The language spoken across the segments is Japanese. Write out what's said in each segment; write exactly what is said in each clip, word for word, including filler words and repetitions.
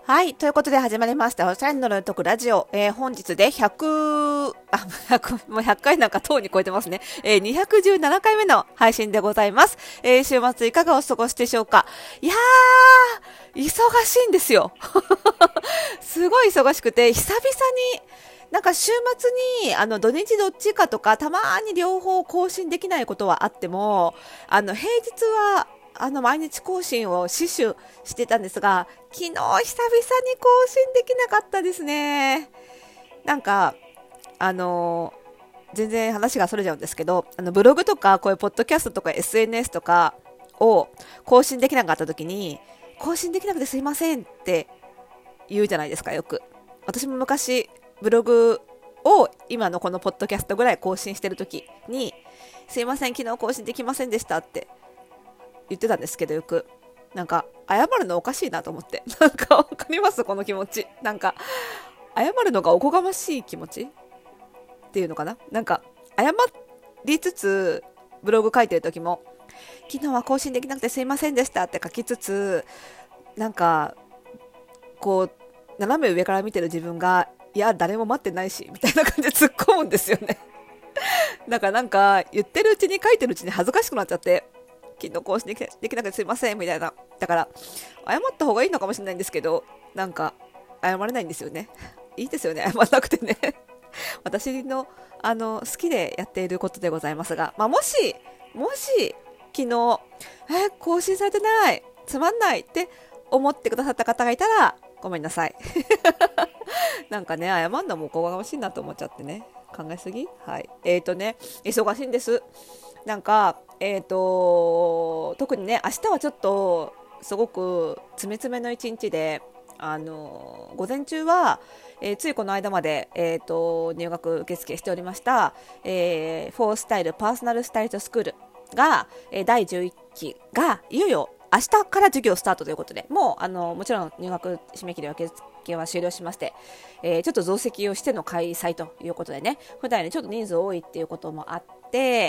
はい。ということで始まりました。おしゃれのトークラジオ。えー、本日でひゃく、あ、ひゃく、もうひゃっかいなんかとうに超えてますね。えー、にひゃくじゅうななかいめの配信でございます。えー、週末いかがお過ごしでしょうか。いやー、忙しいんですよ。すごい忙しくて、久々に、なんか週末に、あの、土日どっちかとか、たまに両方更新できないことはあっても、あの、平日は、あの、毎日更新を死守してたんですが、昨日久々に更新できなかったですね。なんか、あの、全然話がそれちゃうんですけど、あの、ブログとか、こういうポッドキャストとか エスエヌエス とかを更新できなかった時に、更新できなくてすいませんって言うじゃないですか、よく。私も昔、ブログを今のこのポッドキャストぐらい更新してる時に、すいません、昨日更新できませんでしたって言ってたんですけど、よく。なんか、謝るのおかしいなと思って。なんか、わかりますこの気持ち。なんか、謝るのがおこがましい気持ちっていうのかな。なんか、謝りつつ、ブログ書いてる時も、昨日は更新できなくてすいませんでしたって書きつつ、なんか、こう、斜め上から見てる自分が、いや、誰も待ってないし、みたいな感じで突っ込むんですよね。だからなんか、言ってるうちに書いてるうちに恥ずかしくなっちゃって、昨日更新できできなくてすいませんみたいな。だから謝った方がいいのかもしれないんですけど、なんか謝れないんですよね。いいですよね、謝らなくてね。私のあの好きでやっていることでございますが、まあ、もしもし昨日え更新されてないつまんないって思ってくださった方がいたらごめんなさい。なんかね、謝んのもおこがましいなと思っちゃってね、考えすぎ。はい。えーとね、忙しいんです。なんか、えーと、特にね、明日はちょっと、すごく詰め詰めの一日で、あの、午前中は、えーついこの間まで、えーと、入学受付しておりました、えー、フォースタイルパーソナルスタイリストスクールが、えーだいじゅういっきが、いよいよ明日から授業スタートということで、もう、あの、もちろん入学締め切り受付は終了しまして、えー、ちょっと増席をしての開催ということでね、普段よりちょっと人数多いっていうこともあって、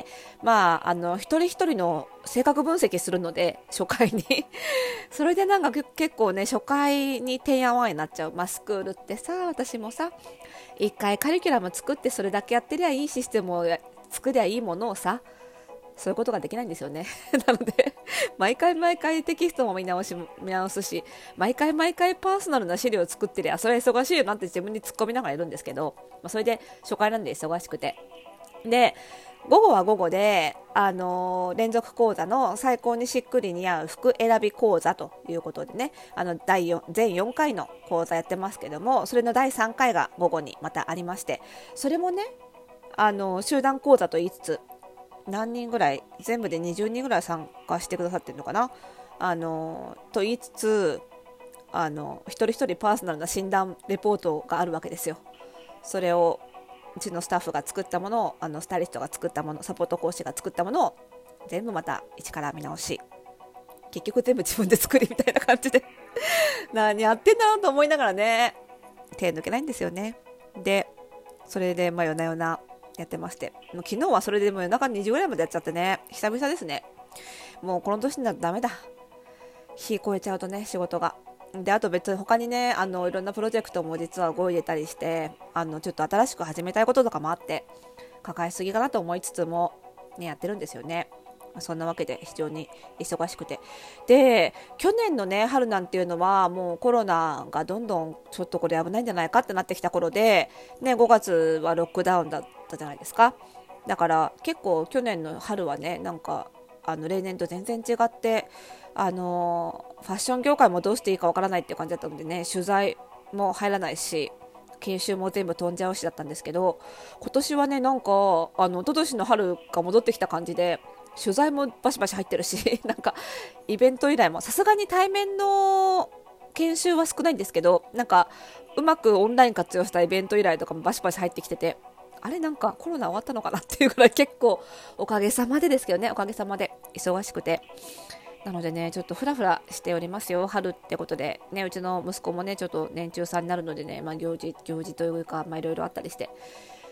まあ、あの、一人一人の性格分析するので、初回に。それでなんか結構ね、初回にてんやわんやになっちゃう。まあ、スクールってさ、私もさ、一回カリキュラム作ってそれだけやってりゃいいシステムを作りゃいいものをさ、そういうことができないんですよね。なので、毎回毎回テキストも見直し、見直すし、毎回毎回パーソナルな資料を作ってりゃ、それは忙しいよなって自分に突っ込みながらいるんですけど、まあ、それで初回なんで忙しくて。で、午後は午後で、あのー連続講座の最高にしっくり似合う服選び講座ということでね、あの第よん全よんかいの講座やってますけども、それのだいさんかいが午後にまたありまして、それもね、あの集団講座と言いつつ、何人ぐらい、全部でにじゅうにんぐらい参加してくださってるのかな、あのと言いつつ、あの一人一人パーソナルな診断レポートがあるわけですよ。それをうちのスタッフが作ったものを、あのスタイリストが作ったもの、サポート講師が作ったものを全部また一から見直し、結局全部自分で作りみたいな感じで何やってんだと思いながらね、手抜けないんですよね。で、それでまあ夜な夜なやってまして、もう昨日はそれでもう夜中にじぐらいまでやっちゃってね、久々ですね。もうこの年になるとダメだ、日超えちゃうとね、仕事が。で、あと別に他にね、あのいろんなプロジェクトも実は動いてたりして、あのちょっと新しく始めたいこととかもあって抱えすぎかなと思いつつも、ね、やってるんですよね。そんなわけで非常に忙しくて、で、去年のね春なんていうのはもうコロナがどんどんちょっとこれ危ないんじゃないかってなってきた頃で、ね、ごがつはロックダウンだったじゃないですか。だから結構去年の春はね、なんかあの例年と全然違って、あのファッション業界もどうしていいかわからないっていう感じだったのでね、取材も入らないし、研修も全部飛んじゃうしだったんですけど、今年はね、なんかあの一昨年の春が戻ってきた感じで、取材もバシバシ入ってるし、なんかイベント以来もさすがに対面の研修は少ないんですけど、なんかうまくオンライン活用したイベント以来とかもバシバシ入ってきてて、あれ、なんかコロナ終わったのかなっていうぐらい結構おかげさまでですけどね、おかげさまで忙しくて、なのでね、ちょっとフラフラしておりますよ。春ってことでね、うちの息子もねちょっと年中さんになるのでね、まあ、行事行事というか、まあ、いろいろあったりして、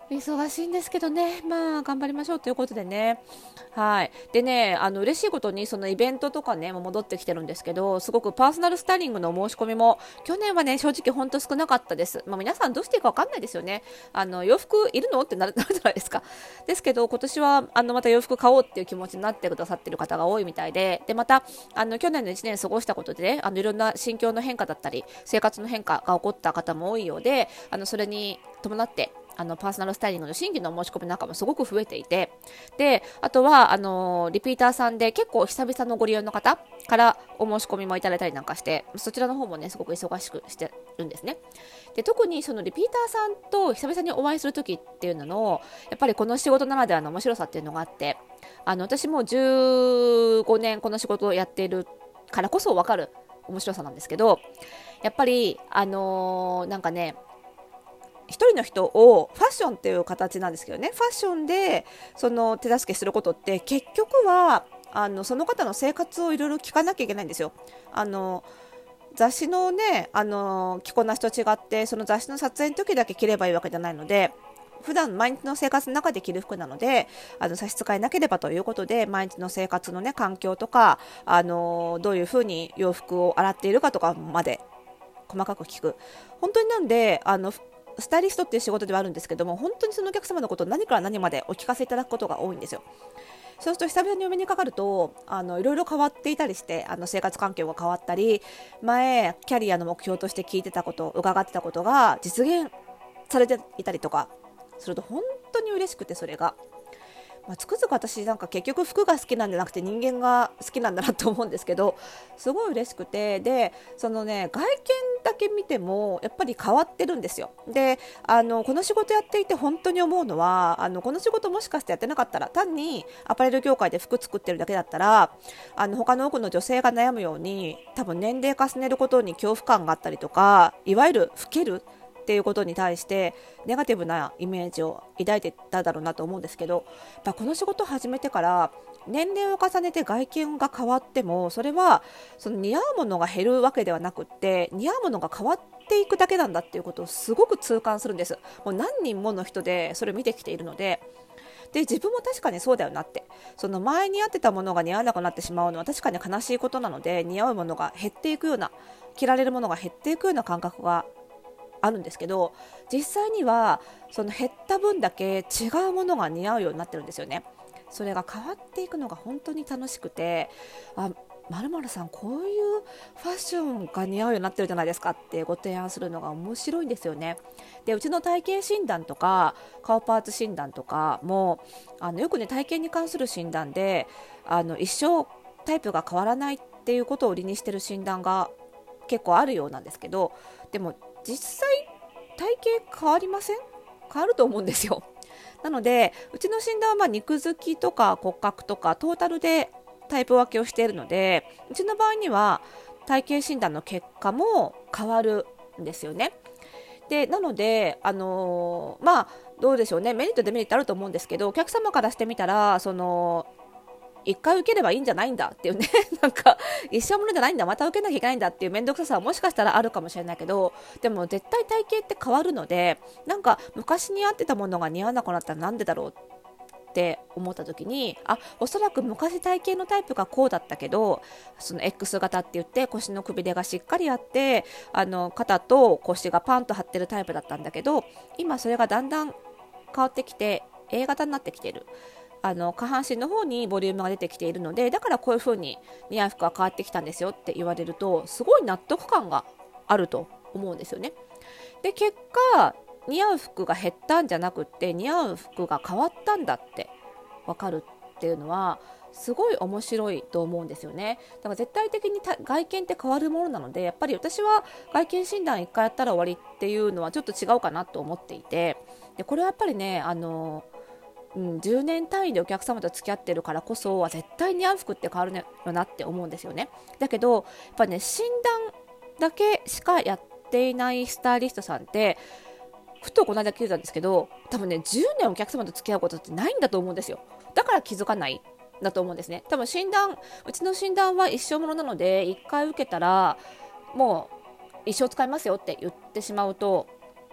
忙しいんですけどね、まあ頑張りましょうということでね。はい。でね、あの嬉しいことにそのイベントとかね、もう戻ってきてるんですけど、すごくパーソナルスタイリングの申し込みも去年はね、正直本当少なかったです。まあ皆さんどうしていいかわかんないですよね。あの洋服いるのってなる、なるじゃないですか。ですけど今年はあのまた洋服買おうっていう気持ちになってくださってる方が多いみたいで、でまたあの去年のいちねん過ごしたことでね、あのいろんな心境の変化だったり生活の変化が起こった方も多いようで、あのそれに伴ってあのパーソナルスタイリングの新規の申し込みなんかもすごく増えていて、であとはあのリピーターさんで結構久々のご利用の方からお申し込みもいただいたりなんかして、そちらの方もねすごく忙しくしてるんですね。で特にそのリピーターさんと久々にお会いする時っていうののやっぱりこの仕事ならではの面白さっていうのがあって、あの私もじゅうごねんこの仕事をやっているからこそ分かる面白さなんですけど、やっぱりあのー、なんかね一人の人をファッションっていう形なんですけどね、ファッションでその手助けすることって結局はあのその方の生活をいろいろ聞かなきゃいけないんですよ。あの雑誌のねあの着こなしと違ってその雑誌の撮影の時だけ着ればいいわけじゃないので、普段毎日の生活の中で着る服なのであの差し支えなければということで毎日の生活の、ね、環境とかあのどういうふうに洋服を洗っているかとかまで細かく聞く。本当になんであのスタイリストっていう仕事ではあるんですけども、本当にそのお客様のことを何から何までお聞かせいただくことが多いんですよ。そうすると久々にお目にかかるとあのいろいろ変わっていたりして、あの生活環境が変わったり、前キャリアの目標として聞いてたこと、伺ってたことが実現されていたりとかすると本当に嬉しくて、それがまあ、つくづく私なんか結局服が好きなんじゃなくて人間が好きなんだなと思うんですけど、すごい嬉しくて、でそのね外見だけ見てもやっぱり変わってるんですよ。であのこの仕事やっていて本当に思うのは、あのこの仕事もしかしてやってなかったら、単にアパレル業界で服作ってるだけだったら、あの他の多くの女性が悩むように多分年齢重ねることに恐怖感があったりとか、いわゆる老けるっていうことに対してネガティブなイメージを抱いていただろうなと思うんですけど、やっぱこの仕事を始めてから年齢を重ねて外見が変わっても、それはその似合うものが減るわけではなくって、似合うものが変わっていくだけなんだっていうことをすごく痛感するんです。もう何人もの人でそれを見てきているので、で自分も確かにそうだよなって、その前に合ってたものが似合わなくなってしまうのは確かに悲しいことなので、似合うものが減っていくような、着られるものが減っていくような感覚があるんですけど、実際にはその減った分だけ違うものが似合うようになってるんですよね。それが変わっていくのが本当に楽しくて、あ、〇〇さんこういうファッションが似合うようになってるじゃないですかってご提案するのが面白いんですよね。でうちの体型診断とか顔パーツ診断とかもあのよくね体型に関する診断であの一生タイプが変わらないっていうことを売りにしてる診断が結構あるようなんですけど、でも実際体型変わりません？変わると思うんですよ。なのでうちの診断はまあ肉付きとか骨格とかトータルでタイプ分けをしているので、うちの場合には体型診断の結果も変わるんですよね。でなので、あのー、まあどうでしょうね、メリットデメリットあると思うんですけど、お客様からしてみたらその一回受ければいいんじゃないんだっていうねなんか一生ものじゃないんだ、また受けなきゃいけないんだっていう面倒くささはもしかしたらあるかもしれないけど、でも絶対体型って変わるので、なんか昔に合ってたものが似合わなくなったらなんでだろうって思った時に、あ、おそらく昔体型のタイプがこうだったけど、その X 型って言って腰のくびれがしっかりあって、あの肩と腰がパンと張ってるタイプだったんだけど、今それがだんだん変わってきて A 型になってきている、あの下半身の方にボリュームが出てきているので、だからこういう風に似合う服が変わってきたんですよって言われると、すごい納得感があると思うんですよね。で結果似合う服が減ったんじゃなくって似合う服が変わったんだって分かるっていうのはすごい面白いと思うんですよね。だから絶対的に外見って変わるものなので、やっぱり私は外見診断いっかいやったら終わりっていうのはちょっと違うかなと思っていて、でこれはやっぱりね、あのうん、じゅうねん単位でお客様と付き合ってるからこそ絶対に合う服って変わるよなって思うんですよね。だけどやっぱね、診断だけしかやっていないスタイリストさんってふとこの間聞いたんですけど、多分ねじゅうねんお客様と付き合うことってないんだと思うんですよ。だから気づかないんだと思うんですね。多分診断、うちの診断は一生ものなのでいっかい受けたらもう一生使いますよって言ってしまうと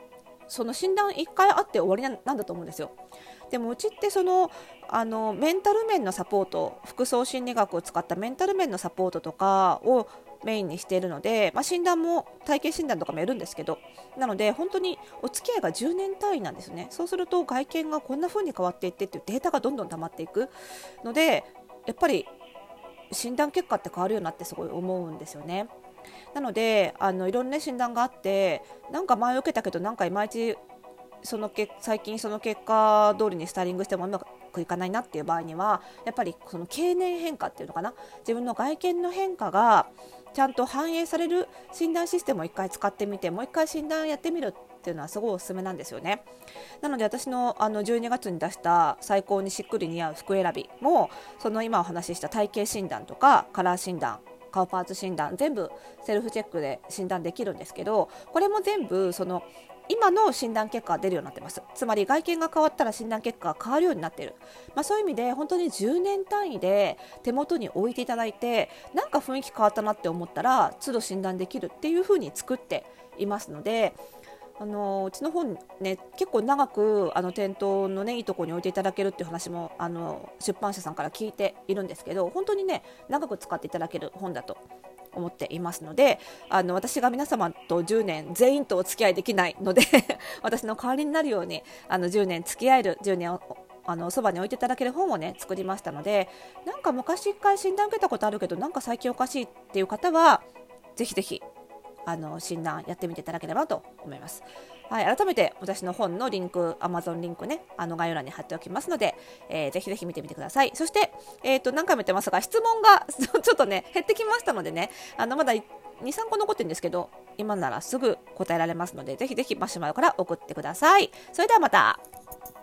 その診断いっかいあって終わりな、なんだと思うんですよ。でもうちってそのあのメンタル面のサポート、服装心理学を使ったメンタル面のサポートとかをメインにしているので、まあ、診断も体型診断とかもやるんですけど、なので本当にお付き合いがじゅうねん単位なんですね。そうすると外見がこんな風に変わっていってっていうデータがどんどん溜まっていくので、やっぱり診断結果って変わるようになってすごい思うんですよね。なのであのいろんな、ね、診断があって、なんか前受けたけどなんかいまいちそのけ最近その結果通りにスタイリングしてもうまくいかないなっていう場合には、やっぱりその経年変化っていうのかな、自分の外見の変化がちゃんと反映される診断システムをいっかい使ってみて、もういっかい診断やってみるっていうのはすごいおすすめなんですよね。なので私のあのじゅうにがつに出した最高にしっくり似合う服選びも、その今お話しした体型診断とかカラー診断、顔パーツ診断、全部セルフチェックで診断できるんですけど、これも全部その今の診断結果が出るようになってます。つまり外見が変わったら診断結果が変わるようになっている、まあ、そういう意味で本当にじゅうねん単位で手元に置いていただいて、なんか雰囲気変わったなって思ったら都度診断できるっていう風に作っていますので、あのうちの本ね、結構長くあの店頭の、ね、いいところに置いていただけるっていう話もあの出版社さんから聞いているんですけど、本当にね長く使っていただける本だと思っていますので、あの私が皆様とじゅうねん全員とお付き合いできないので私の代わりになるようにあのじゅうねん付き合える、じゅうねんあのそばに置いていただける本をね作りましたので、なんか昔いっかい診断受けたことあるけどなんか最近おかしいっていう方はぜひぜひあの診断やってみていただければと思います。はい、改めて私の本のリンク、Amazon リンクね、あの概要欄に貼っておきますので、えー、ぜひぜひ見てみてください。そして、えーと、何回も言ってますが、質問がちょっとね、減ってきましたのでね、あのまだに、さんこ残ってるんですけど、今ならすぐ答えられますので、ぜひぜひマシュマロから送ってください。それではまた。